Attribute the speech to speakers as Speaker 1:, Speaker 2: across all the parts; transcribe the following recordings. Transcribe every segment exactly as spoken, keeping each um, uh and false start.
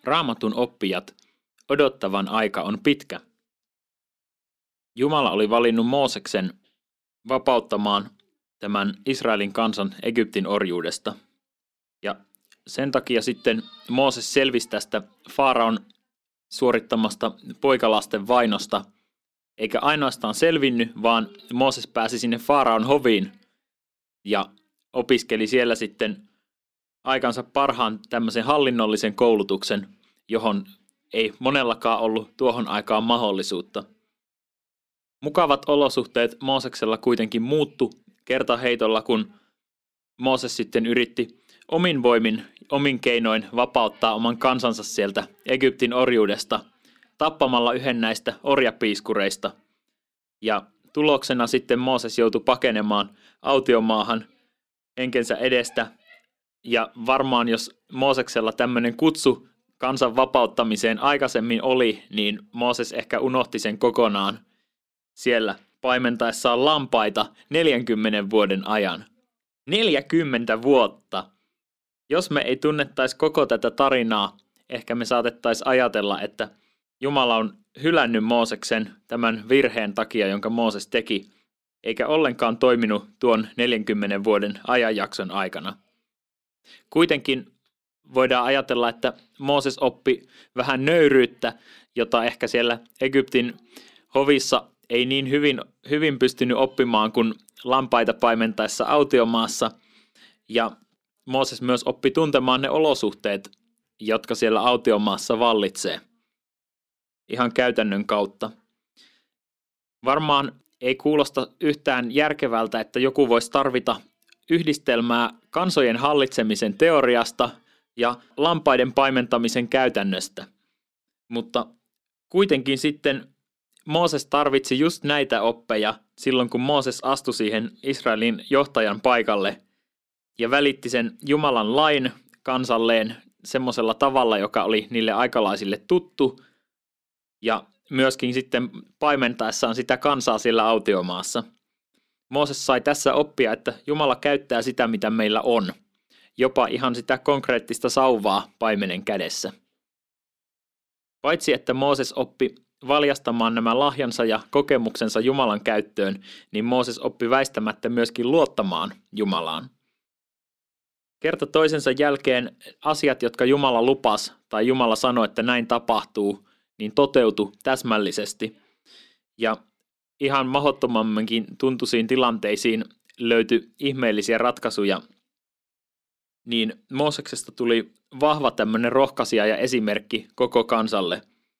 Speaker 1: Raamatun oppijat, odottavan aika on pitkä. Jumala oli valinnut Mooseksen vapauttamaan tämän Israelin kansan Egyptin orjuudesta. Ja sen takia sitten Mooses selvisi tästä Faaraon suorittamasta poikalasten vainosta, eikä ainoastaan selvinnyt, vaan Mooses pääsi sinne Faaraon hoviin ja opiskeli siellä sitten aikansa parhaan tämmöisen hallinnollisen koulutuksen, johon ei monellakaan ollut tuohon aikaan mahdollisuutta. Mukavat olosuhteet Mooseksella kuitenkin muuttu kertaheitolla, kun Mooses sitten yritti omin voimin, omin keinoin vapauttaa oman kansansa sieltä Egyptin orjuudesta tappamalla yhden näistä orjapiiskureista. Ja tuloksena sitten Mooses joutui pakenemaan autiomaahan henkensä edestä. Ja varmaan jos Mooseksella tämmöinen kutsu kansan vapauttamiseen aikaisemmin oli, niin Mooses ehkä unohti sen kokonaan siellä paimentaessaan lampaita neljänkymmenen vuoden ajan. neljäkymmentä vuotta! Jos me ei tunnettaisi koko tätä tarinaa, ehkä me saatettaisiin ajatella, että Jumala on hylännyt Mooseksen tämän virheen takia, jonka Mooses teki, eikä ollenkaan toiminut tuon neljänkymmenen vuoden ajanjakson aikana. Kuitenkin voidaan ajatella, että Mooses oppi vähän nöyryyttä, jota ehkä siellä Egyptin hovissa ei niin hyvin, hyvin pystynyt oppimaan kuin lampaita paimentaessa autiomaassa. Ja Mooses myös oppi tuntemaan ne olosuhteet, jotka siellä autiomaassa vallitsee, ihan käytännön kautta. Varmaan ei kuulosta yhtään järkevältä, että joku voisi tarvita yhdistelmää kansojen hallitsemisen teoriasta ja lampaiden paimentamisen käytännöstä. Mutta kuitenkin sitten Mooses tarvitsi just näitä oppeja silloin, kun Mooses astui siihen Israelin johtajan paikalle ja välitti sen Jumalan lain kansalleen semmoisella tavalla, joka oli niille aikalaisille tuttu, ja myöskin sitten paimentaessaan sitä kansaa siellä autiomaassa. Mooses sai tässä oppia, että Jumala käyttää sitä, mitä meillä on, jopa ihan sitä konkreettista sauvaa paimenen kädessä. Paitsi että Mooses oppi valjastamaan nämä lahjansa ja kokemuksensa Jumalan käyttöön, niin Mooses oppi väistämättä myöskin luottamaan Jumalaan. Kerta toisensa jälkeen asiat, jotka Jumala lupasi tai Jumala sanoi, että näin tapahtuu, niin toteutui täsmällisesti. Ja ihan mahdottomamminkin tuntuisiin tilanteisiin löytyi ihmeellisiä ratkaisuja. Niin Mooseksesta tuli vahva tämmöinen rohkaisija ja esimerkki koko kansalle.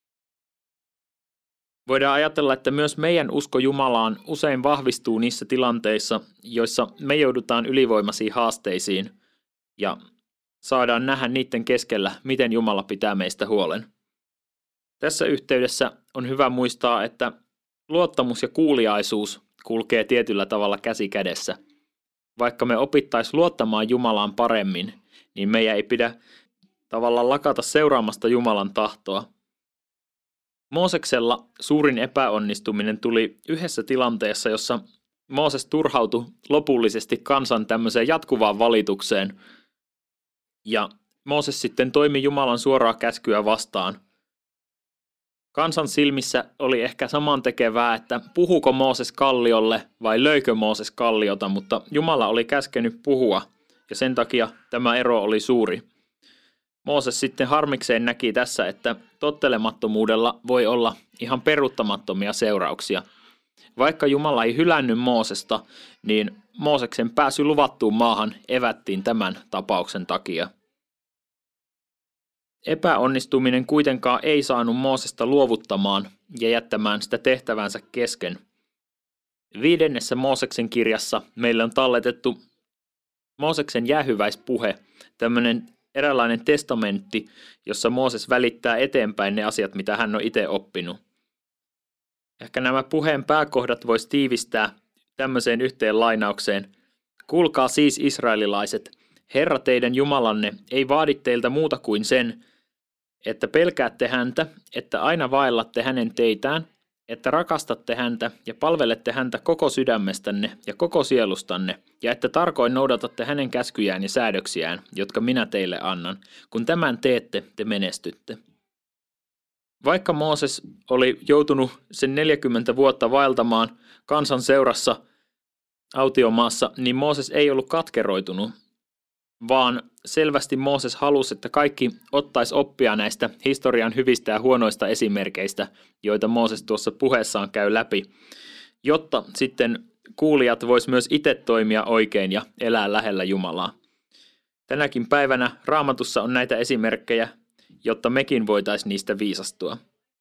Speaker 1: Voidaan ajatella, että myös meidän usko Jumalaan usein vahvistuu niissä tilanteissa, joissa me joudutaan ylivoimaisiin haasteisiin ja saadaan nähdä niiden keskellä, miten Jumala pitää meistä huolen. Tässä yhteydessä on hyvä muistaa, että luottamus ja kuuliaisuus kulkee tietyllä tavalla käsi kädessä. Vaikka me opittaisiin luottamaan Jumalaan paremmin, niin meidän ei pidä tavallaan lakata seuraamasta Jumalan tahtoa. Mooseksella suurin epäonnistuminen tuli yhdessä tilanteessa, jossa Mooses turhautui lopullisesti kansan tämmöiseen jatkuvaan valitukseen. Ja Mooses sitten toimi Jumalan suoraa käskyä vastaan. Kansan silmissä oli ehkä samantekevää, että puhuko Mooses kalliolle vai löikö Mooses kalliota, mutta Jumala oli käskenyt puhua ja sen takia tämä ero oli suuri. Mooses sitten harmikseen näki tässä, että tottelemattomuudella voi olla ihan peruuttamattomia seurauksia. Vaikka Jumala ei hylännyt Moosesta, niin Mooseksen pääsy luvattuun maahan evättiin tämän tapauksen takia. Epäonnistuminen kuitenkaan ei saanut Moosesta luovuttamaan ja jättämään sitä tehtävänsä kesken. Viidennessä Mooseksen kirjassa meillä on talletettu Mooseksen jäähyväispuhe, tämmöinen eräänlainen testamentti, jossa Mooses välittää eteenpäin ne asiat, mitä hän on itse oppinut. Ehkä nämä puheen pääkohdat voisi tiivistää tämmöiseen yhteen lainaukseen. Kuulkaa siis israelilaiset, Herra teidän Jumalanne ei vaadi teiltä muuta kuin sen, että pelkäätte häntä, että aina vaellatte hänen teitään, että rakastatte häntä ja palvelette häntä koko sydämestänne ja koko sielustanne, ja että tarkoin noudatatte hänen käskyjään ja säädöksiään, jotka minä teille annan. Kun tämän teette, te menestytte. Vaikka Mooses oli joutunut sen neljäkymmentä vuotta vaeltamaan kansan seurassa autiomaassa, niin Mooses ei ollut katkeroitunut, vaan selvästi Mooses halusi, että kaikki ottaisi oppia näistä historian hyvistä ja huonoista esimerkeistä, joita Mooses tuossa puheessaan käy läpi, jotta sitten kuulijat vois myös itse toimia oikein ja elää lähellä Jumalaa. Tänäkin päivänä Raamatussa on näitä esimerkkejä, jotta mekin voitaisiin niistä viisastua.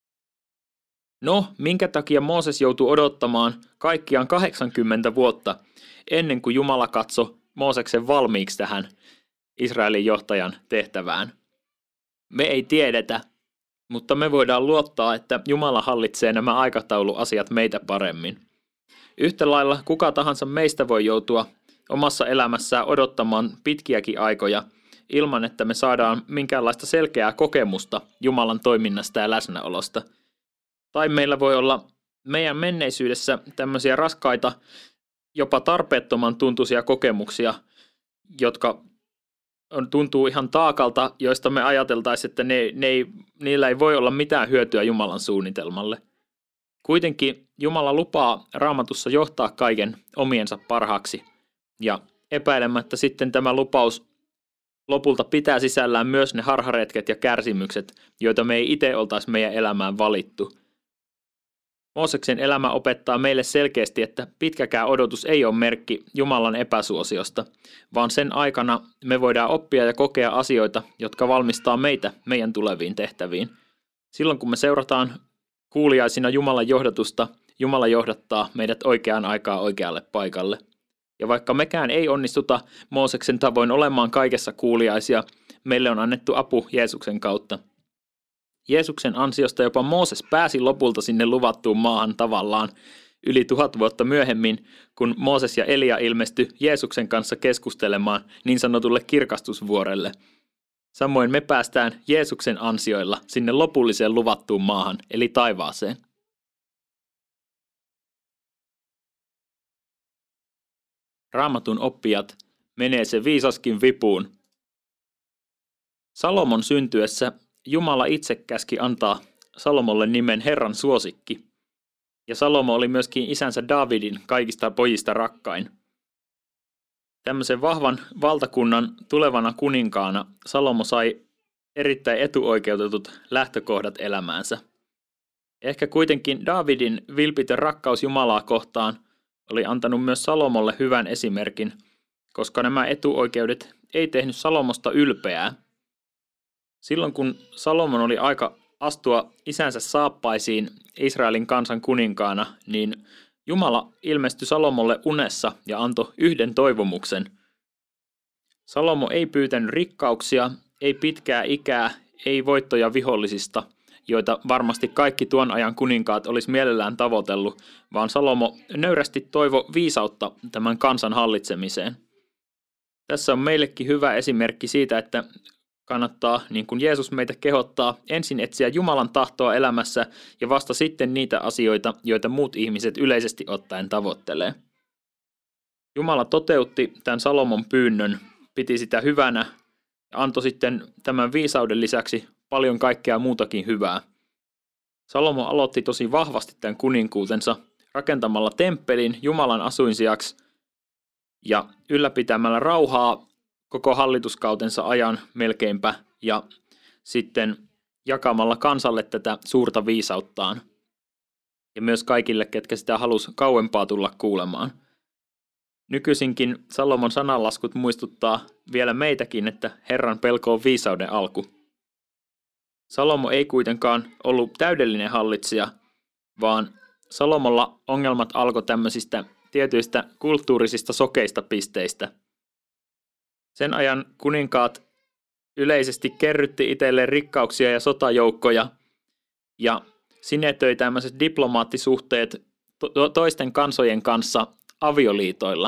Speaker 1: No, minkä takia Mooses joutui odottamaan kaikkiaan kahdeksankymmentä vuotta ennen kuin Jumala katsoi Mooseksen valmiiksi tähän Israelin johtajan tehtävään? Me ei tiedetä, mutta me voidaan luottaa, että Jumala hallitsee nämä aikatauluasiat meitä paremmin. Yhtä lailla kuka tahansa meistä voi joutua omassa elämässään odottamaan pitkiäkin aikoja ilman, että me saadaan minkäänlaista selkeää kokemusta Jumalan toiminnasta ja läsnäolosta. Tai meillä voi olla meidän menneisyydessä tämmöisiä raskaita, jopa tarpeettoman tuntuisia kokemuksia, jotka on, tuntuu ihan taakalta, joista me ajateltaisiin, että ne, ne ei, niillä ei voi olla mitään hyötyä Jumalan suunnitelmalle. Kuitenkin Jumala lupaa Raamatussa johtaa kaiken omiensa parhaaksi, ja epäilemättä sitten tämä lupaus lopulta pitää sisällään myös ne harharetket ja kärsimykset, joita me ei itse oltaisi meidän elämään valittu. Mooseksen elämä opettaa meille selkeästi, että pitkäkään odotus ei ole merkki Jumalan epäsuosiosta, vaan sen aikana me voidaan oppia ja kokea asioita, jotka valmistaa meitä meidän tuleviin tehtäviin. Silloin kun me seurataan kuuliaisina Jumalan johdatusta, Jumala johdattaa meidät oikeaan aikaan oikealle paikalle. Ja vaikka mekään ei onnistuta Mooseksen tavoin olemaan kaikessa kuuliaisia, meille on annettu apu Jeesuksen kautta. Jeesuksen ansiosta jopa Mooses pääsi lopulta sinne luvattuun maahan tavallaan yli tuhat vuotta myöhemmin, kun Mooses ja Elia ilmestyi Jeesuksen kanssa keskustelemaan niin sanotulle kirkastusvuorelle. Samoin me päästään Jeesuksen ansioilla sinne lopulliseen luvattuun maahan, eli taivaaseen. Raamatun oppijat, menee se viisaskin vipuun. Salomon syntyessä Jumala itse käski antaa Salomolle nimen Herran suosikki, ja Salomo oli myöskin isänsä Daavidin kaikista pojista rakkain. Tämmöisen vahvan valtakunnan tulevana kuninkaana Salomo sai erittäin etuoikeutetut lähtökohdat elämäänsä. Ehkä kuitenkin Daavidin vilpitön rakkaus Jumalaa kohtaan oli antanut myös Salomolle hyvän esimerkin, koska nämä etuoikeudet ei tehnyt Salomosta ylpeää. Silloin kun Salomon oli aika astua isänsä saappaisiin Israelin kansan kuninkaana, niin Jumala ilmestyi Salomolle unessa ja antoi yhden toivomuksen. Salomo ei pyytänyt rikkauksia, ei pitkää ikää, ei voittoja vihollisista, joita varmasti kaikki tuon ajan kuninkaat olisi mielellään tavoitellut, vaan Salomo nöyrästi toivo viisautta tämän kansan hallitsemiseen. Tässä on meillekin hyvä esimerkki siitä, että kannattaa, niin kuin Jeesus meitä kehottaa, ensin etsiä Jumalan tahtoa elämässä ja vasta sitten niitä asioita, joita muut ihmiset yleisesti ottaen tavoittelee. Jumala toteutti tämän Salomon pyynnön, piti sitä hyvänä ja antoi sitten tämän viisauden lisäksi paljon kaikkea muutakin hyvää. Salomo aloitti tosi vahvasti tämän kuninkuutensa rakentamalla temppelin Jumalan asuinsijaksi ja ylläpitämällä rauhaa koko hallituskautensa ajan melkeinpä ja sitten jakamalla kansalle tätä suurta viisauttaan ja myös kaikille, ketkä sitä halusi kauempaa tulla kuulemaan. Nykyisinkin Salomon sananlaskut muistuttaa vielä meitäkin, että Herran pelko on viisauden alku. Salomo ei kuitenkaan ollut täydellinen hallitsija, vaan Salomolla ongelmat alkoi tämmöisistä tietyistä kulttuurisista sokeista pisteistä. Sen ajan kuninkaat yleisesti kerrytti itselleen rikkauksia ja sotajoukkoja ja sinetöi tämmöiset diplomaattisuhteet to- toisten kansojen kanssa avioliitoilla.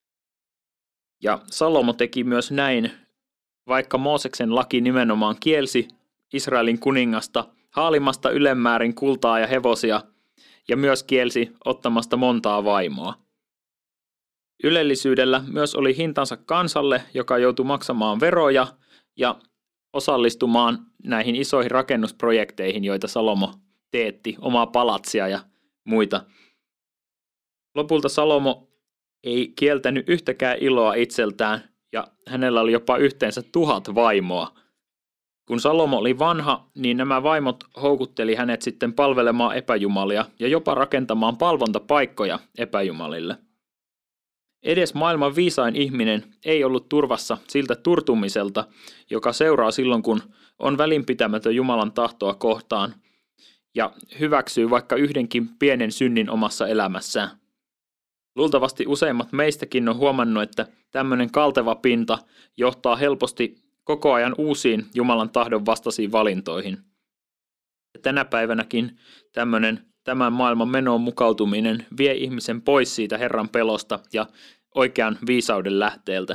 Speaker 1: Ja Salomo teki myös näin, vaikka Mooseksen laki nimenomaan kielsi Israelin kuningasta haalimasta ylemmäärin kultaa ja hevosia ja myös kielsi ottamasta montaa vaimoa. Ylellisyydellä myös oli hintansa kansalle, joka joutui maksamaan veroja ja osallistumaan näihin isoihin rakennusprojekteihin, joita Salomo teetti, omaa palatsia ja muita. Lopulta Salomo ei kieltänyt yhtäkään iloa itseltään ja hänellä oli jopa yhteensä tuhat vaimoa. Kun Salomo oli vanha, niin nämä vaimot houkutteli hänet sitten palvelemaan epäjumalia ja jopa rakentamaan palvontapaikkoja epäjumalille. Edes maailman viisain ihminen ei ollut turvassa siltä turtumiselta, joka seuraa silloin, kun on välinpitämätön Jumalan tahtoa kohtaan ja hyväksyy vaikka yhdenkin pienen synnin omassa elämässään. Luultavasti useimmat meistäkin on huomannut, että tämmöinen kalteva pinta johtaa helposti koko ajan uusiin Jumalan tahdon vastaisiin valintoihin. Ja tänä päivänäkin tämmöinen tämän maailman menoon mukautuminen vie ihmisen pois siitä Herran pelosta ja oikean viisauden lähteeltä.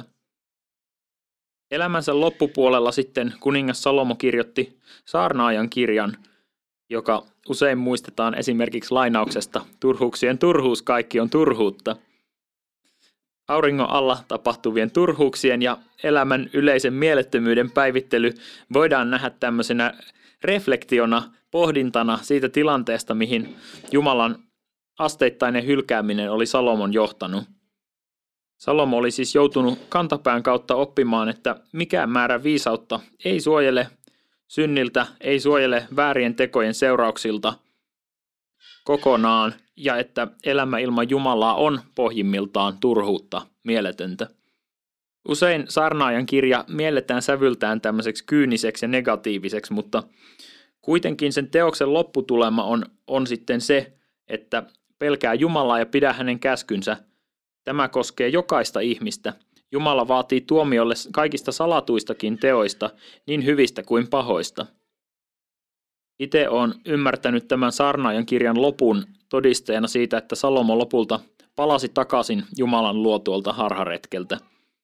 Speaker 1: Elämänsä loppupuolella sitten kuningas Salomo kirjoitti saarnaajan kirjan, joka usein muistetaan esimerkiksi lainauksesta turhuuksien turhuus kaikki on turhuutta. Auringon alla tapahtuvien turhuuksien ja elämän yleisen mielettömyyden päivittely voidaan nähdä tämmöisenä reflektiona, pohdintana siitä tilanteesta, mihin Jumalan asteittainen hylkääminen oli Salomon johtanut. Salomo oli siis joutunut kantapään kautta oppimaan, että mikään määrä viisautta ei suojele synniltä, ei suojele väärien tekojen seurauksilta kokonaan, ja että elämä ilman Jumalaa on pohjimmiltaan turhuutta, mieletöntä. Usein saarnaajan kirja mielletään sävyltään tämmöiseksi kyyniseksi ja negatiiviseksi, mutta kuitenkin sen teoksen lopputulema on, on sitten se, että pelkää Jumalaa ja pidä hänen käskynsä. Tämä koskee jokaista ihmistä. Jumala vaatii tuomiolle kaikista salatuistakin teoista, niin hyvistä kuin pahoista. Itse olen ymmärtänyt tämän saarnaajan kirjan lopun todisteena siitä, että Salomo lopulta palasi takaisin Jumalan luo tuolta harharetkeltä.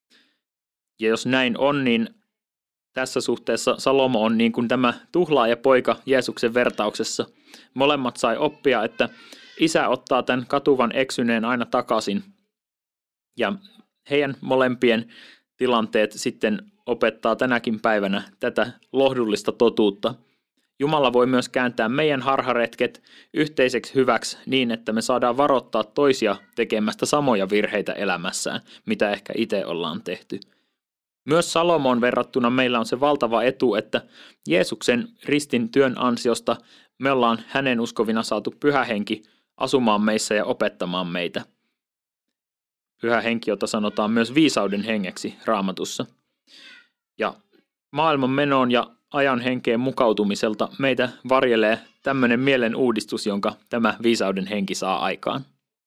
Speaker 1: Ja jos näin on, niin tässä suhteessa Salomo on niin kuin tämä tuhlaajapoika Jeesuksen vertauksessa. Molemmat sai oppia, että isä ottaa tämän katuvan eksyneen aina takaisin. Ja heidän molempien tilanteet sitten opettaa tänäkin päivänä tätä lohdullista totuutta. Jumala voi myös kääntää meidän harharetket yhteiseksi hyväksi niin, että me saadaan varoittaa toisia tekemästä samoja virheitä elämässään, mitä ehkä itse ollaan tehty. Myös Salomoon verrattuna meillä on se valtava etu, että Jeesuksen ristin työn ansiosta me ollaan hänen uskovina saatu Pyhä Henki asumaan meissä ja opettamaan meitä. Pyhä Henki, jota sanotaan myös viisauden hengeksi Raamatussa. Ja maailman menoon ja ajan henkeen mukautumiselta meitä varjelee tämmöinen mielen uudistus, jonka tämä viisauden henki saa aikaan.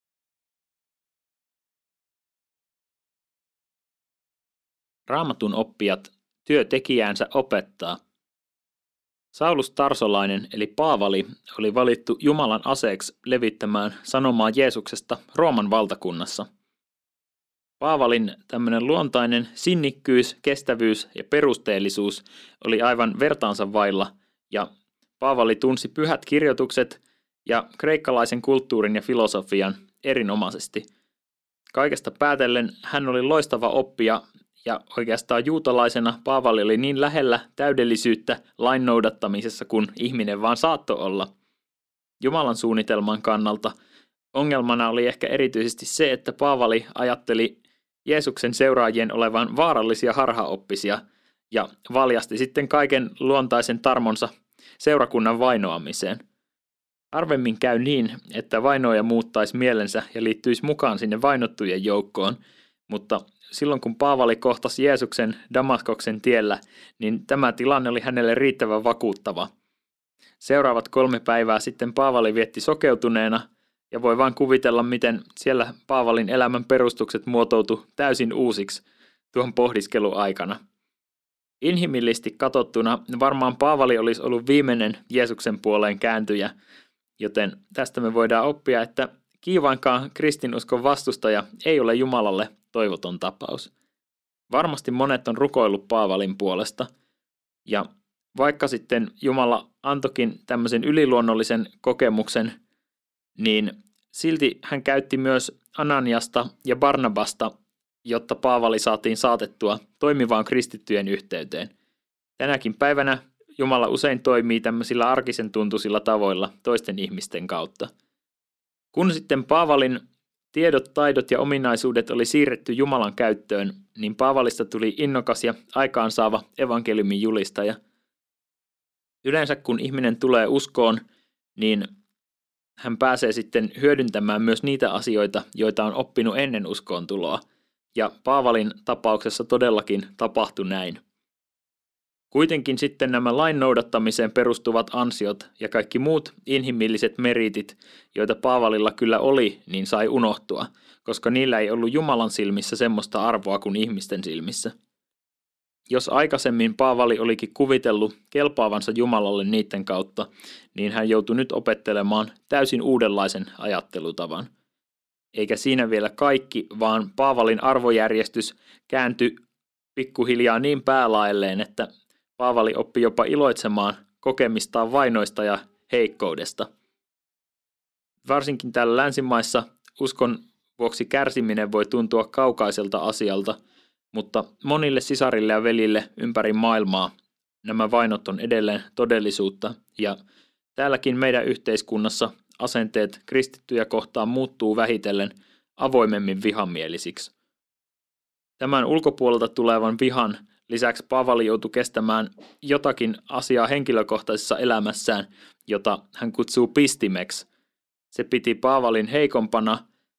Speaker 1: Raamatun oppijat työtekijäänsä opettaa. Saulus Tarsolainen eli Paavali oli valittu Jumalan aseeksi levittämään sanomaa Jeesuksesta Rooman valtakunnassa. Paavalin tämmöinen luontainen sinnikkyys, kestävyys ja perusteellisuus oli aivan vertaansa vailla, ja Paavali tunsi pyhät kirjoitukset ja kreikkalaisen kulttuurin ja filosofian erinomaisesti. Kaikesta päätellen hän oli loistava oppija, ja oikeastaan juutalaisena Paavali oli niin lähellä täydellisyyttä lain noudattamisessa kuin ihminen vaan saattoi olla. Jumalan suunnitelman kannalta ongelmana oli ehkä erityisesti se, että Paavali ajatteli Jeesuksen seuraajien olevan vaarallisia harhaoppisia ja valjasti sitten kaiken luontaisen tarmonsa seurakunnan vainoamiseen. Harvemmin käy niin, että vainoja muuttaisi mielensä ja liittyisi mukaan sinne vainottujen joukkoon, mutta silloin kun Paavali kohtasi Jeesuksen Damaskoksen tiellä, niin tämä tilanne oli hänelle riittävän vakuuttava. Seuraavat kolme päivää sitten Paavali vietti sokeutuneena, ja voi vain kuvitella, miten siellä Paavalin elämän perustukset muotoutu täysin uusiksi tuon pohdiskelun aikana. Inhimillisesti katsottuna varmaan Paavali olisi ollut viimeinen Jeesuksen puoleen kääntyjä, joten tästä me voidaan oppia, että kiivainkaan kristinuskon vastustaja ei ole Jumalalle toivoton tapaus. Varmasti monet on rukoillut Paavalin puolesta, ja vaikka sitten Jumala antoikin tämmöisen yliluonnollisen kokemuksen niin silti hän käytti myös Ananiasta ja Barnabasta, jotta Paavali saatiin saatettua toimivaan kristittyjen yhteyteen. Tänäkin päivänä Jumala usein toimii tämmöisillä arkisen tuntuisilla tavoilla toisten ihmisten kautta. Kun sitten Paavalin tiedot, taidot ja ominaisuudet oli siirretty Jumalan käyttöön, niin Paavalista tuli innokas ja aikaansaava evankeliumin julistaja. Yleensä kun ihminen tulee uskoon, niin hän pääsee sitten hyödyntämään myös niitä asioita, joita on oppinut ennen uskoon tuloa. Ja Paavalin tapauksessa todellakin tapahtui näin. Kuitenkin sitten nämä lain noudattamiseen perustuvat ansiot ja kaikki muut inhimilliset meritit, joita Paavalilla kyllä oli, niin sai unohtua, koska niillä ei ollut Jumalan silmissä semmoista arvoa kuin ihmisten silmissä. Jos aikaisemmin Paavali olikin kuvitellut kelpaavansa Jumalalle niiden kautta, niin hän joutui nyt opettelemaan täysin uudenlaisen ajattelutavan. Eikä siinä vielä kaikki, vaan Paavalin arvojärjestys kääntyi pikkuhiljaa niin päälaelleen, että Paavali oppi jopa iloitsemaan kokemistaan vainoista ja heikkoudesta. Varsinkin täällä länsimaissa uskon vuoksi kärsiminen voi tuntua kaukaiselta asialta, mutta monille sisarille ja velille ympäri maailmaa nämä vainot on edelleen todellisuutta, ja täälläkin meidän yhteiskunnassa asenteet kristittyjä kohtaan muuttuu vähitellen avoimemmin vihamielisiksi. Tämän ulkopuolelta tulevan vihan lisäksi Paavali joutui kestämään jotakin asiaa henkilökohtaisessa elämässään, jota hän kutsuu pistimeksi. Se piti Paavalin heikompana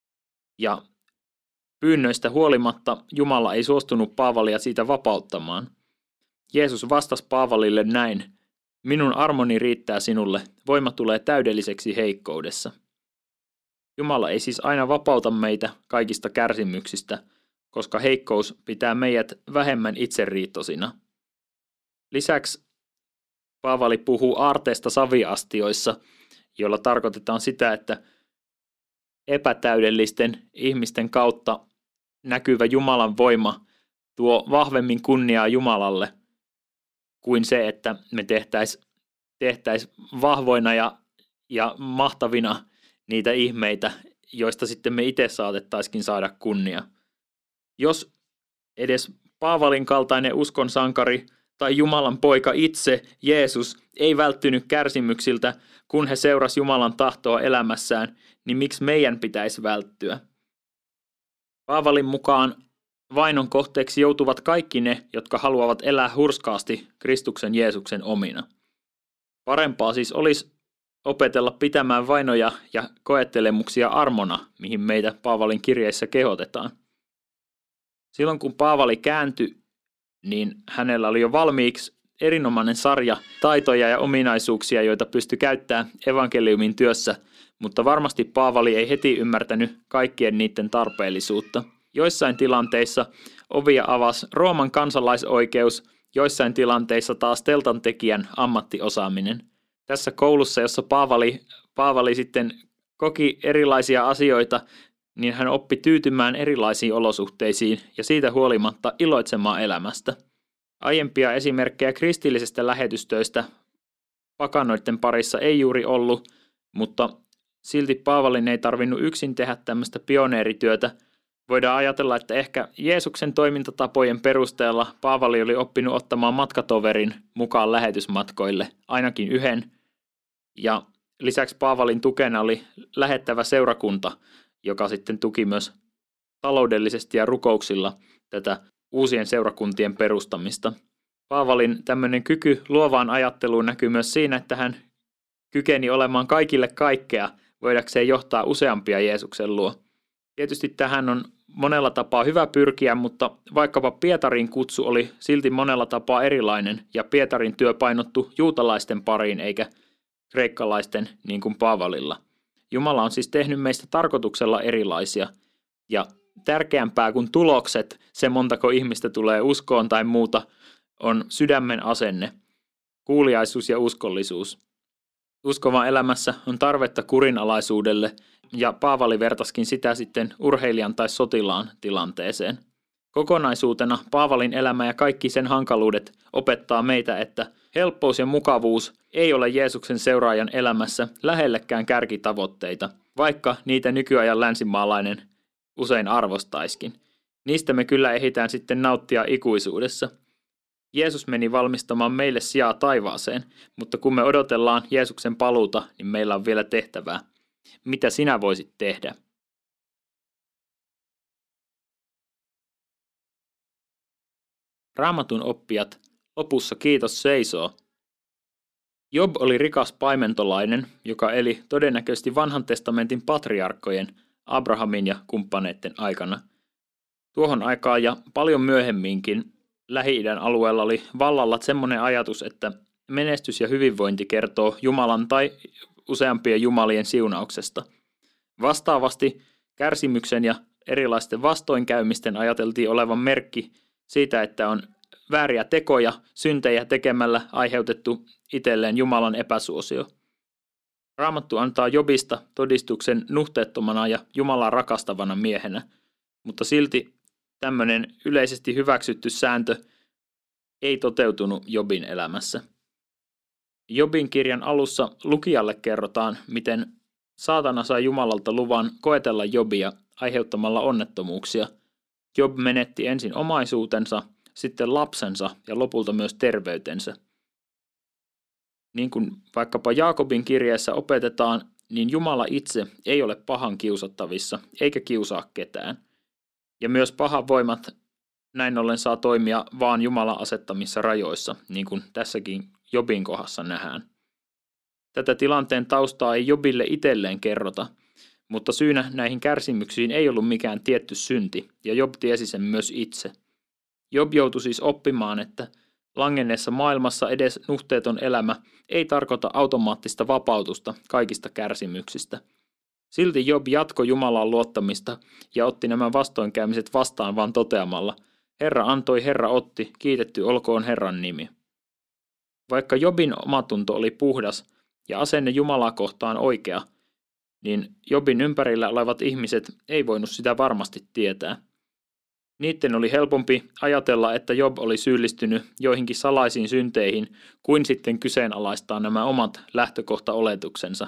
Speaker 1: ja pyynnöistä huolimatta Jumala ei suostunut Paavalia siitä vapauttamaan. Jeesus vastasi Paavalille näin: minun armoni riittää sinulle, voima tulee täydelliseksi heikkoudessa. Jumala ei siis aina vapauta meitä kaikista kärsimyksistä, koska heikkous pitää meidät vähemmän itseriittosina. Lisäksi Paavali puhuu aarteesta saviastioissa, jolla tarkoitetaan sitä, että epätäydellisten ihmisten kautta näkyvä Jumalan voima tuo vahvemmin kunniaa Jumalalle kuin se, että me tehtäisiin tehtäis vahvoina ja, ja mahtavina niitä ihmeitä, joista sitten me itse saatettaisikin saada kunnia. Jos edes Paavalin kaltainen uskon sankari tai Jumalan poika itse, Jeesus, ei välttynyt kärsimyksiltä, kun he seurasi Jumalan tahtoa elämässään, niin miksi meidän pitäisi välttyä? Paavalin mukaan vainon kohteeksi joutuvat kaikki ne, jotka haluavat elää hurskaasti Kristuksen Jeesuksen omina. Parempaa siis olisi opetella pitämään vainoja ja koettelemuksia armona, mihin meitä Paavalin kirjeissä kehotetaan. Silloin kun Paavali kääntyi, niin hänellä oli jo valmiiksi erinomainen sarja taitoja ja ominaisuuksia, joita pystyi käyttämään evankeliumin työssä, mutta varmasti Paavali ei heti ymmärtänyt kaikkien niiden tarpeellisuutta. Joissain tilanteissa ovia avasi Rooman kansalaisoikeus, joissain tilanteissa taas teltantekijän ammattiosaaminen. Tässä koulussa, jossa Paavali, Paavali sitten koki erilaisia asioita, niin hän oppi tyytymään erilaisiin olosuhteisiin ja siitä huolimatta iloitsemaan elämästä. Aiempia esimerkkejä kristillisestä lähetystöistä pakanoiden parissa ei juuri ollut, mutta silti Paavalin ei tarvinnut yksin tehdä tämmöistä pioneerityötä. Voidaan ajatella, että ehkä Jeesuksen toimintatapojen perusteella Paavali oli oppinut ottamaan matkatoverin mukaan lähetysmatkoille, ainakin yhden. Ja lisäksi Paavalin tukena oli lähettävä seurakunta, joka sitten tuki myös taloudellisesti ja rukouksilla tätä uusien seurakuntien perustamista. Paavalin tämmöinen kyky luovaan ajatteluun näkyy myös siinä, että hän kykeni olemaan kaikille kaikkea, voidakseen johtaa useampia Jeesuksen luo. Tietysti tähän on monella tapaa hyvä pyrkiä, mutta vaikkapa Pietarin kutsu oli silti monella tapaa erilainen, ja Pietarin työ painottui juutalaisten pariin eikä kreikkalaisten niin kuin Paavalilla. Jumala on siis tehnyt meistä tarkoituksella erilaisia, ja tärkeämpää kuin tulokset, se montako ihmistä tulee uskoon tai muuta, on sydämen asenne, kuuliaisuus ja uskollisuus. Uskovan elämässä on tarvetta kurinalaisuudelle, ja Paavali vertaskin sitä sitten urheilijan tai sotilaan tilanteeseen. Kokonaisuutena Paavalin elämä ja kaikki sen hankaluudet opettaa meitä, että helppous ja mukavuus ei ole Jeesuksen seuraajan elämässä lähellekään kärkitavoitteita. vaikka niitä nykyajan länsimaalainen usein arvostaiskin. Niistä me kyllä ehditään sitten nauttia ikuisuudessa. Jeesus meni valmistamaan meille sijaa taivaaseen, mutta kun me odotellaan Jeesuksen paluuta, niin meillä on vielä tehtävää. Mitä sinä voisit tehdä? Raamatun oppijat, lopussa kiitos seisoo. Job oli rikas paimentolainen, joka eli todennäköisesti vanhan testamentin patriarkkojen, Abrahamin ja kumppaneiden aikana. Tuohon aikaan ja paljon myöhemminkin Lähi-idän alueella oli vallalla semmoinen ajatus, että menestys ja hyvinvointi kertoo Jumalan tai useampien jumalien siunauksesta. Vastaavasti kärsimyksen ja erilaisten vastoinkäymisten ajateltiin olevan merkki siitä, että on vääriä tekoja, syntejä tekemällä aiheutettu itselleen Jumalan epäsuosio. Raamattu antaa Jobista todistuksen nuhteettomana ja Jumalaa rakastavana miehenä, mutta silti tämmöinen yleisesti hyväksytty sääntö ei toteutunut Jobin elämässä. Jobin kirjan alussa lukijalle kerrotaan, miten saatana sai Jumalalta luvan koetella Jobia aiheuttamalla onnettomuuksia. Job menetti ensin omaisuutensa, sitten lapsensa ja lopulta myös terveytensä. Niin kuin vaikkapa Jaakobin kirjeessä opetetaan, niin Jumala itse ei ole pahan kiusattavissa eikä kiusaa ketään. Ja myös pahan voimat näin ollen saa toimia vaan Jumalan asettamissa rajoissa, niin kuin tässäkin Jobin kohdassa nähdään. Tätä tilanteen taustaa ei Jobille itselleen kerrota, mutta syynä näihin kärsimyksiin ei ollut mikään tietty synti, ja Job tiesi sen myös itse. Job joutui siis oppimaan, että langenneessa maailmassa edes nuhteeton elämä ei tarkoita automaattista vapautusta kaikista kärsimyksistä. Silti Job jatkoi Jumalaan luottamista ja otti nämä vastoinkäymiset vastaan vain toteamalla, Herra antoi, Herra otti, kiitetty olkoon Herran nimi. Vaikka Jobin omatunto oli puhdas ja asenne Jumalaa kohtaan oikea, niin Jobin ympärillä olevat ihmiset ei voinut sitä varmasti tietää. Niiden oli helpompi ajatella, että Job oli syyllistynyt joihinkin salaisiin synteihin, kuin sitten kyseenalaistaa nämä omat lähtökohtaoletuksensa.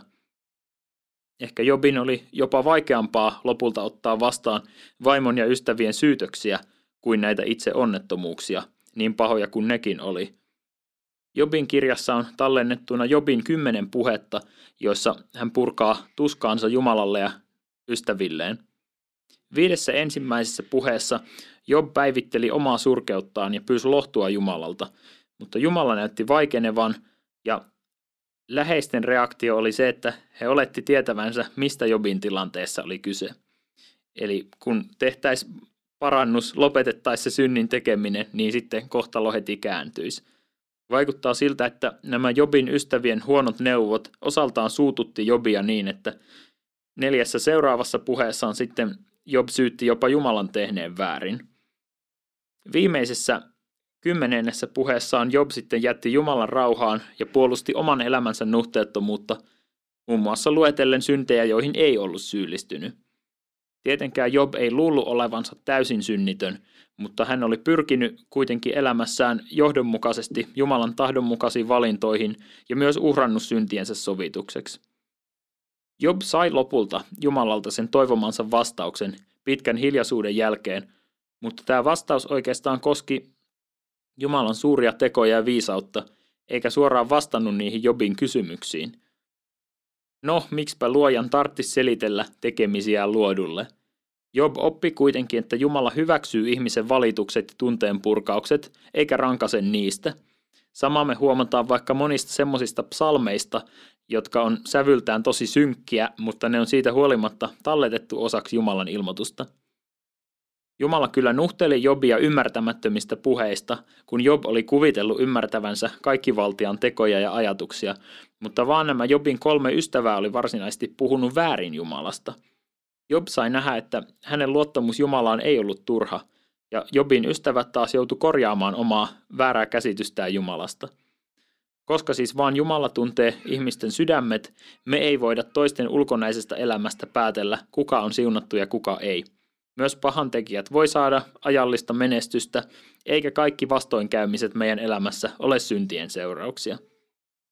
Speaker 1: Ehkä Jobin oli jopa vaikeampaa lopulta ottaa vastaan vaimon ja ystävien syytöksiä kuin näitä itse onnettomuuksia, niin pahoja kuin nekin oli. Jobin kirjassa on tallennettuna Jobin kymmenen puhetta, joissa hän purkaa tuskaansa Jumalalle ja ystävilleen. Viidessä ensimmäisessä puheessa Job päivitteli omaa surkeuttaan ja pyysi lohtua Jumalalta, mutta Jumala näytti vaikenevan ja läheisten reaktio oli se, että he oletti tietävänsä, mistä Jobin tilanteessa oli kyse. Eli kun tehtäisiin parannus, lopetettaisiin se synnin tekeminen, niin sitten kohtalo heti kääntyisi. Vaikuttaa siltä, että nämä Jobin ystävien huonot neuvot osaltaan suututti Jobia niin, että neljässä seuraavassa puheessaan sitten Job syytti jopa Jumalan tehneen väärin. Viimeisessä kymmenennessä puheessaan Job sitten jätti Jumalan rauhaan ja puolusti oman elämänsä nuhteettomuutta, muun muassa luetellen syntejä, joihin ei ollut syyllistynyt. Tietenkään Job ei luullut olevansa täysin synnitön, mutta hän oli pyrkinyt kuitenkin elämässään johdonmukaisesti Jumalan tahdonmukaisiin valintoihin ja myös uhrannut syntiensä sovitukseksi. Job sai lopulta Jumalalta sen toivomansa vastauksen pitkän hiljaisuuden jälkeen, mutta tämä vastaus oikeastaan koski Jumalan suuria tekoja ja viisautta, eikä suoraan vastannut niihin Jobin kysymyksiin. No, miksipä luojan tarttis selitellä tekemisiään luodulle? Job oppi kuitenkin, että Jumala hyväksyy ihmisen valitukset ja tunteenpurkaukset, eikä rankase niistä. Sama me huomataan vaikka monista semmosista psalmeista, jotka on sävyltään tosi synkkiä, mutta ne on siitä huolimatta talletettu osaksi Jumalan ilmoitusta. Jumala kyllä nuhteli Jobia ymmärtämättömistä puheista, kun Job oli kuvitellut ymmärtävänsä kaikkivaltiaan tekoja ja ajatuksia, mutta vaan nämä Jobin kolme ystävää oli varsinaisesti puhunut väärin Jumalasta. Job sai nähdä, että hänen luottamus Jumalaan ei ollut turha, ja Jobin ystävät taas joutui korjaamaan omaa väärää käsitystään Jumalasta. Koska siis vaan Jumala tuntee ihmisten sydämet, me ei voida toisten ulkonaisesta elämästä päätellä, kuka on siunattu ja kuka ei. Myös pahantekijät voi saada ajallista menestystä, eikä kaikki vastoinkäymiset meidän elämässä ole syntien seurauksia.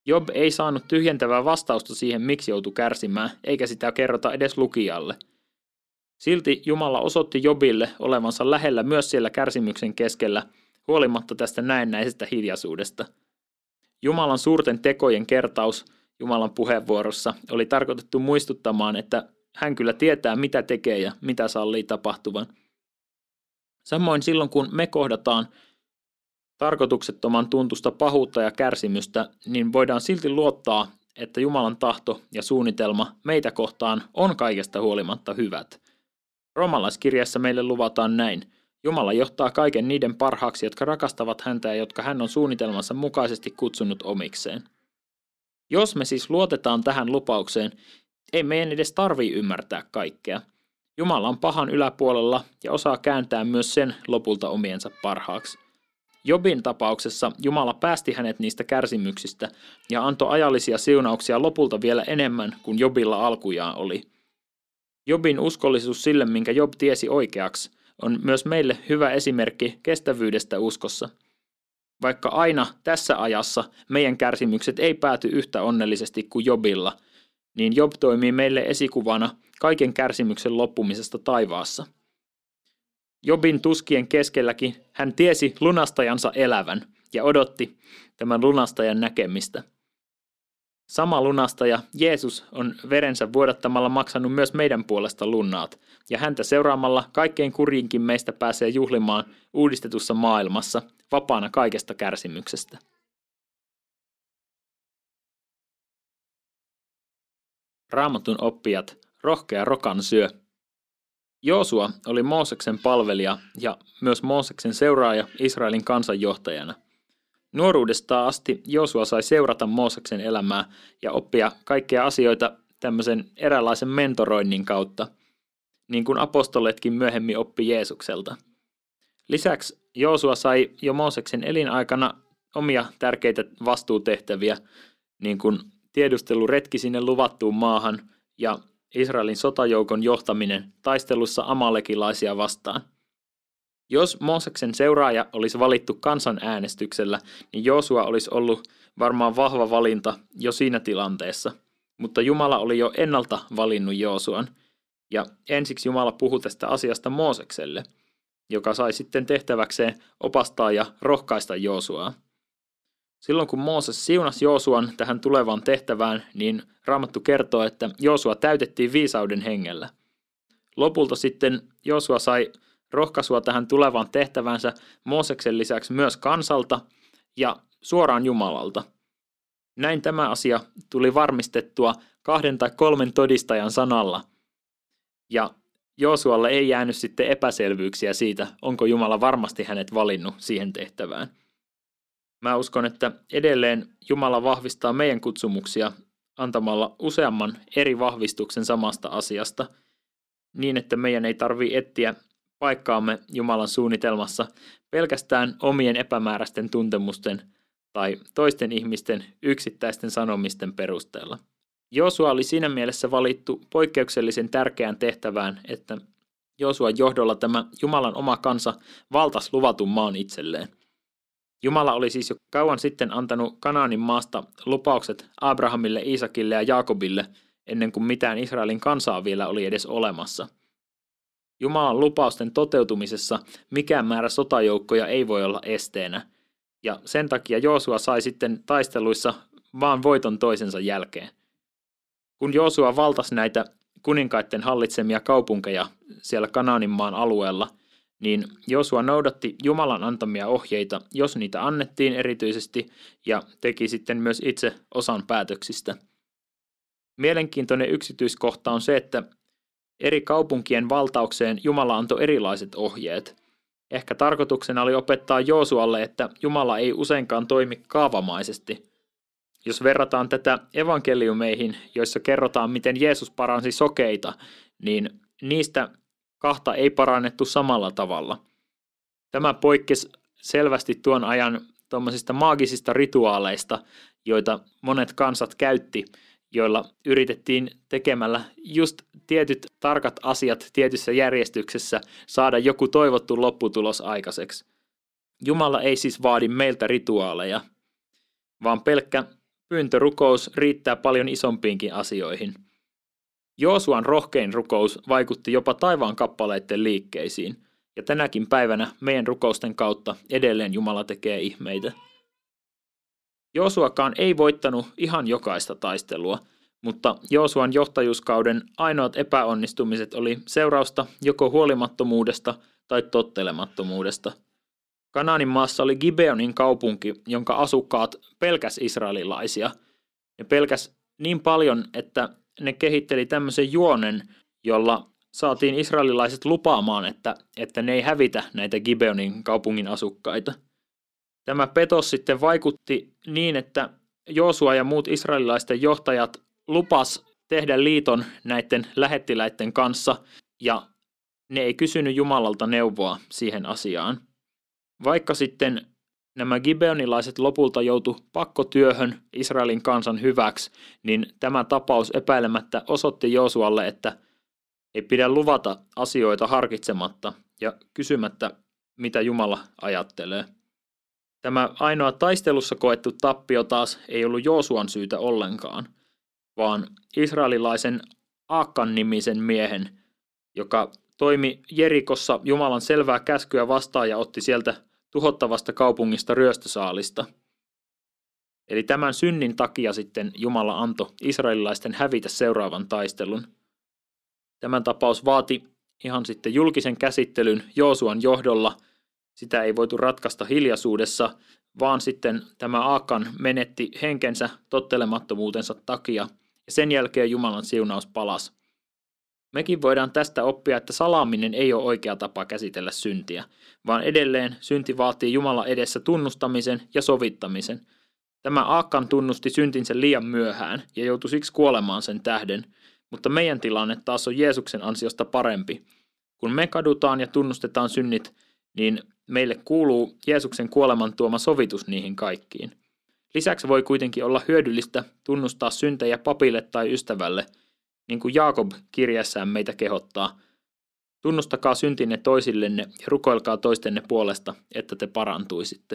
Speaker 1: Job ei saanut tyhjentävää vastausta siihen, miksi joutui kärsimään, eikä sitä kerrota edes lukijalle. Silti Jumala osoitti Jobille olevansa lähellä myös siellä kärsimyksen keskellä, huolimatta tästä näennäisestä hiljaisuudesta. Jumalan suurten tekojen kertaus Jumalan puheenvuorossa oli tarkoitettu muistuttamaan, että hän kyllä tietää, mitä tekee ja mitä sallii tapahtuvan. Samoin silloin, kun me kohdataan tarkoituksettoman tuntusta pahuutta ja kärsimystä, niin voidaan silti luottaa, että Jumalan tahto ja suunnitelma meitä kohtaan on kaikesta huolimatta hyvät. Roomalaiskirjassa meille luvataan näin. Jumala johtaa kaiken niiden parhaaksi, jotka rakastavat häntä ja jotka hän on suunnitelmansa mukaisesti kutsunut omikseen. Jos me siis luotetaan tähän lupaukseen, ei meidän edes tarvitse ymmärtää kaikkea. Jumala on pahan yläpuolella ja osaa kääntää myös sen lopulta omiensa parhaaksi. Jobin tapauksessa Jumala päästi hänet niistä kärsimyksistä ja antoi ajallisia siunauksia lopulta vielä enemmän kuin Jobilla alkujaan oli. Jobin uskollisuus sille, minkä Job tiesi oikeaksi, on myös meille hyvä esimerkki kestävyydestä uskossa. Vaikka aina tässä ajassa meidän kärsimykset ei pääty yhtä onnellisesti kuin Jobilla, niin Job toimii meille esikuvana kaiken kärsimyksen loppumisesta taivaassa. Jobin tuskien keskelläkin hän tiesi lunastajansa elävän ja odotti tämän lunastajan näkemistä. Sama lunastaja, Jeesus, on verensä vuodattamalla maksanut myös meidän puolesta lunnaat, ja häntä seuraamalla kaikkein kurjinkin meistä pääsee juhlimaan uudistetussa maailmassa, vapaana kaikesta kärsimyksestä. Raamatun oppijat, rohkea rokan syö. Joosua oli Mooseksen palvelija ja myös Mooseksen seuraaja Israelin kansanjohtajana. Nuoruudestaan asti Joosua sai seurata Mooseksen elämää ja oppia kaikkia asioita tämmöisen eräänlaisen mentoroinnin kautta, niin kuin apostoletkin myöhemmin oppi Jeesukselta. Lisäksi Joosua sai jo Mooseksen elinaikana omia tärkeitä vastuutehtäviä, niin kuin tiedusteluretki sinne luvattuun maahan ja Israelin sotajoukon johtaminen taistelussa amalekilaisia vastaan. Jos Mooseksen seuraaja olisi valittu kansanäänestyksellä, niin Joosua olisi ollut varmaan vahva valinta jo siinä tilanteessa, mutta Jumala oli jo ennalta valinnut Joosuan, ja ensiksi Jumala puhui tästä asiasta Moosekselle, joka sai sitten tehtäväkseen opastaa ja rohkaista Joosuaa. Silloin kun Mooses siunasi Joosuan tähän tulevaan tehtävään, niin Raamattu kertoo, että Joosua täytettiin viisauden hengellä. Lopulta sitten Joosua sai rohkaisua tähän tulevaan tehtävänsä Mooseksen lisäksi myös kansalta ja suoraan Jumalalta. Näin tämä asia tuli varmistettua kahden tai kolmen todistajan sanalla. Ja Joosualle ei jäänyt sitten epäselvyyksiä siitä, onko Jumala varmasti hänet valinnut siihen tehtävään. Mä uskon, että edelleen Jumala vahvistaa meidän kutsumuksia antamalla useamman eri vahvistuksen samasta asiasta, niin että meidän ei tarvitse etsiä paikkaamme Jumalan suunnitelmassa pelkästään omien epämääräisten tuntemusten tai toisten ihmisten yksittäisten sanomisten perusteella. Joosua oli siinä mielessä valittu poikkeuksellisen tärkeään tehtävään, että Joosuan johdolla tämä Jumalan oma kansa valtasi luvatun maan itselleen. Jumala oli siis jo kauan sitten antanut Kanaanin maasta lupaukset Abrahamille, Iisakille ja Jaakobille ennen kuin mitään Israelin kansaa vielä oli edes olemassa. Jumalan lupausten toteutumisessa mikään määrä sotajoukkoja ei voi olla esteenä, ja sen takia Joosua sai sitten taisteluissa vaan voiton toisensa jälkeen. Kun Joosua valtasi näitä kuninkaiden hallitsemia kaupunkeja siellä Kanaanin maan alueella, niin Joosua noudatti Jumalan antamia ohjeita, jos niitä annettiin erityisesti, ja teki sitten myös itse osan päätöksistä. Mielenkiintoinen yksityiskohta on se, että eri kaupunkien valtaukseen Jumala antoi erilaiset ohjeet. Ehkä tarkoituksena oli opettaa Joosualle, että Jumala ei useinkaan toimi kaavamaisesti. Jos verrataan tätä evankeliumeihin, joissa kerrotaan, miten Jeesus paransi sokeita, niin niistä kahta ei parannettu samalla tavalla. Tämä poikkesi selvästi tuon ajan tuommoisista maagisista rituaaleista, joita monet kansat käytti, joilla yritettiin tekemällä just tietyt tarkat asiat tietyssä järjestyksessä saada joku toivottu lopputulos aikaiseksi. Jumala ei siis vaadi meiltä rituaaleja, vaan pelkkä pyyntörukous riittää paljon isompiinkin asioihin. Joosuan rohkein rukous vaikutti jopa taivaan kappaleiden liikkeisiin, ja tänäkin päivänä meidän rukousten kautta edelleen Jumala tekee ihmeitä. Joosuakaan ei voittanut ihan jokaista taistelua, mutta Joosuan johtajuuskauden ainoat epäonnistumiset oli seurausta joko huolimattomuudesta tai tottelemattomuudesta. Kanaanin maassa oli Gibeonin kaupunki, jonka asukkaat pelkäs israelilaisia. Ne pelkäs niin paljon, että ne kehitteli tämmöisen juonen, jolla saatiin israelilaiset lupaamaan, että, että ne ei hävitä näitä Gibeonin kaupungin asukkaita. Tämä petos sitten vaikutti niin, että Joosua ja muut israelilaisten johtajat lupas tehdä liiton näiden lähettiläiden kanssa, ja ne ei kysynyt Jumalalta neuvoa siihen asiaan. Vaikka sitten nämä gibeonilaiset lopulta joutu pakkotyöhön Israelin kansan hyväksi, niin tämä tapaus epäilemättä osoitti Joosualle, että ei pidä luvata asioita harkitsematta ja kysymättä, mitä Jumala ajattelee. Tämä ainoa taistelussa koettu tappio taas ei ollut Joosuan syytä ollenkaan, vaan israelilaisen Aakan nimisen miehen, joka toimi Jerikossa Jumalan selvää käskyä vastaan ja otti sieltä tuhottavasta kaupungista ryöstösaalista. Eli tämän synnin takia sitten Jumala antoi israelilaisten hävitä seuraavan taistelun. Tämä tapaus vaati ihan sitten julkisen käsittelyn Joosuan johdolla. Sitä ei voitu ratkaista hiljaisuudessa, vaan sitten tämä Aakan menetti henkensä tottelemattomuutensa takia, ja sen jälkeen Jumalan siunaus palasi. Mekin voidaan tästä oppia, että salaaminen ei ole oikea tapa käsitellä syntiä, vaan edelleen synti vaatii Jumalan edessä tunnustamisen ja sovittamisen. Tämä Aakan tunnusti syntinsä liian myöhään ja joutui siksi kuolemaan sen tähden, mutta meidän tilanne taas on Jeesuksen ansiosta parempi. Kun me kadutaan ja tunnustetaan synnit, niin meille kuuluu Jeesuksen kuoleman tuoma sovitus niihin kaikkiin. Lisäksi voi kuitenkin olla hyödyllistä tunnustaa syntejä papille tai ystävälle, niin kuin Jaakob kirjassaan meitä kehottaa. Tunnustakaa syntinne toisillenne ja rukoilkaa toistenne puolesta, että te parantuisitte.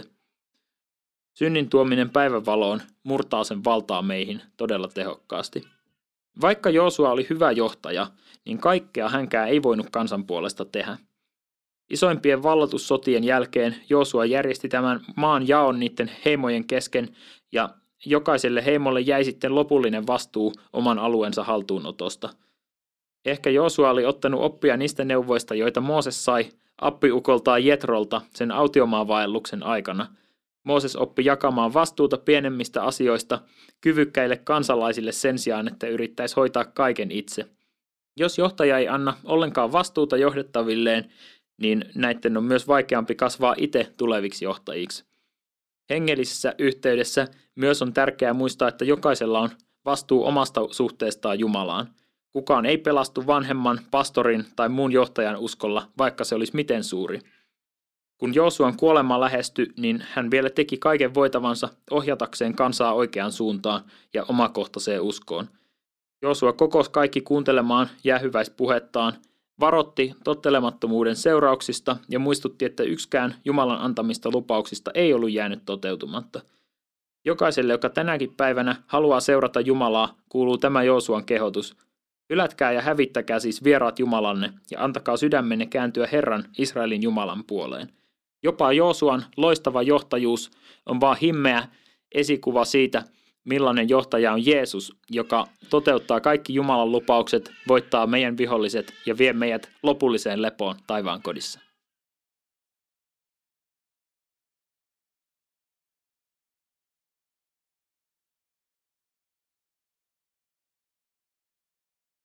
Speaker 1: Synnin tuominen päivänvaloon murtaa sen valtaa meihin todella tehokkaasti. Vaikka Joosua oli hyvä johtaja, niin kaikkea hänkään ei voinut kansan puolesta tehdä. Isoimpien vallatussotien jälkeen Joosua järjesti tämän maan jaon niiden heimojen kesken ja jokaiselle heimolle jäi sitten lopullinen vastuu oman alueensa haltuunotosta. Ehkä Joosua oli ottanut oppia niistä neuvoista, joita Mooses sai appiukoltaan Jetrolta sen autiomaavaelluksen aikana. Mooses oppi jakamaan vastuuta pienemmistä asioista kyvykkäille kansalaisille sen sijaan, että yrittäisi hoitaa kaiken itse. Jos johtaja ei anna ollenkaan vastuuta johdettavilleen, niin näiden on myös vaikeampi kasvaa itse tuleviksi johtajiksi. Hengellisessä yhteydessä myös on tärkeää muistaa, että jokaisella on vastuu omasta suhteestaan Jumalaan. Kukaan ei pelastu vanhemman, pastorin tai muun johtajan uskolla, vaikka se olisi miten suuri. Kun Joosuan kuolema lähestyi, niin hän vielä teki kaiken voitavansa ohjatakseen kansaa oikeaan suuntaan ja omakohtaiseen uskoon. Joosua kokosi kaikki kuuntelemaan jäähyväispuhettaan, varotti tottelemattomuuden seurauksista ja muistutti, että yksikään Jumalan antamista lupauksista ei ollut jäänyt toteutumatta. Jokaiselle, joka tänäkin päivänä haluaa seurata Jumalaa, kuuluu tämä Joosuan kehotus. Hylätkää ja hävittäkää siis vieraat Jumalanne ja antakaa sydämenne kääntyä Herran, Israelin Jumalan puoleen. Jopa Joosuan loistava johtajuus on vaan himmeä esikuva siitä, millainen johtaja on Jeesus, joka toteuttaa kaikki Jumalan lupaukset, voittaa meidän viholliset ja vie meidät lopulliseen lepoon taivaankodissa.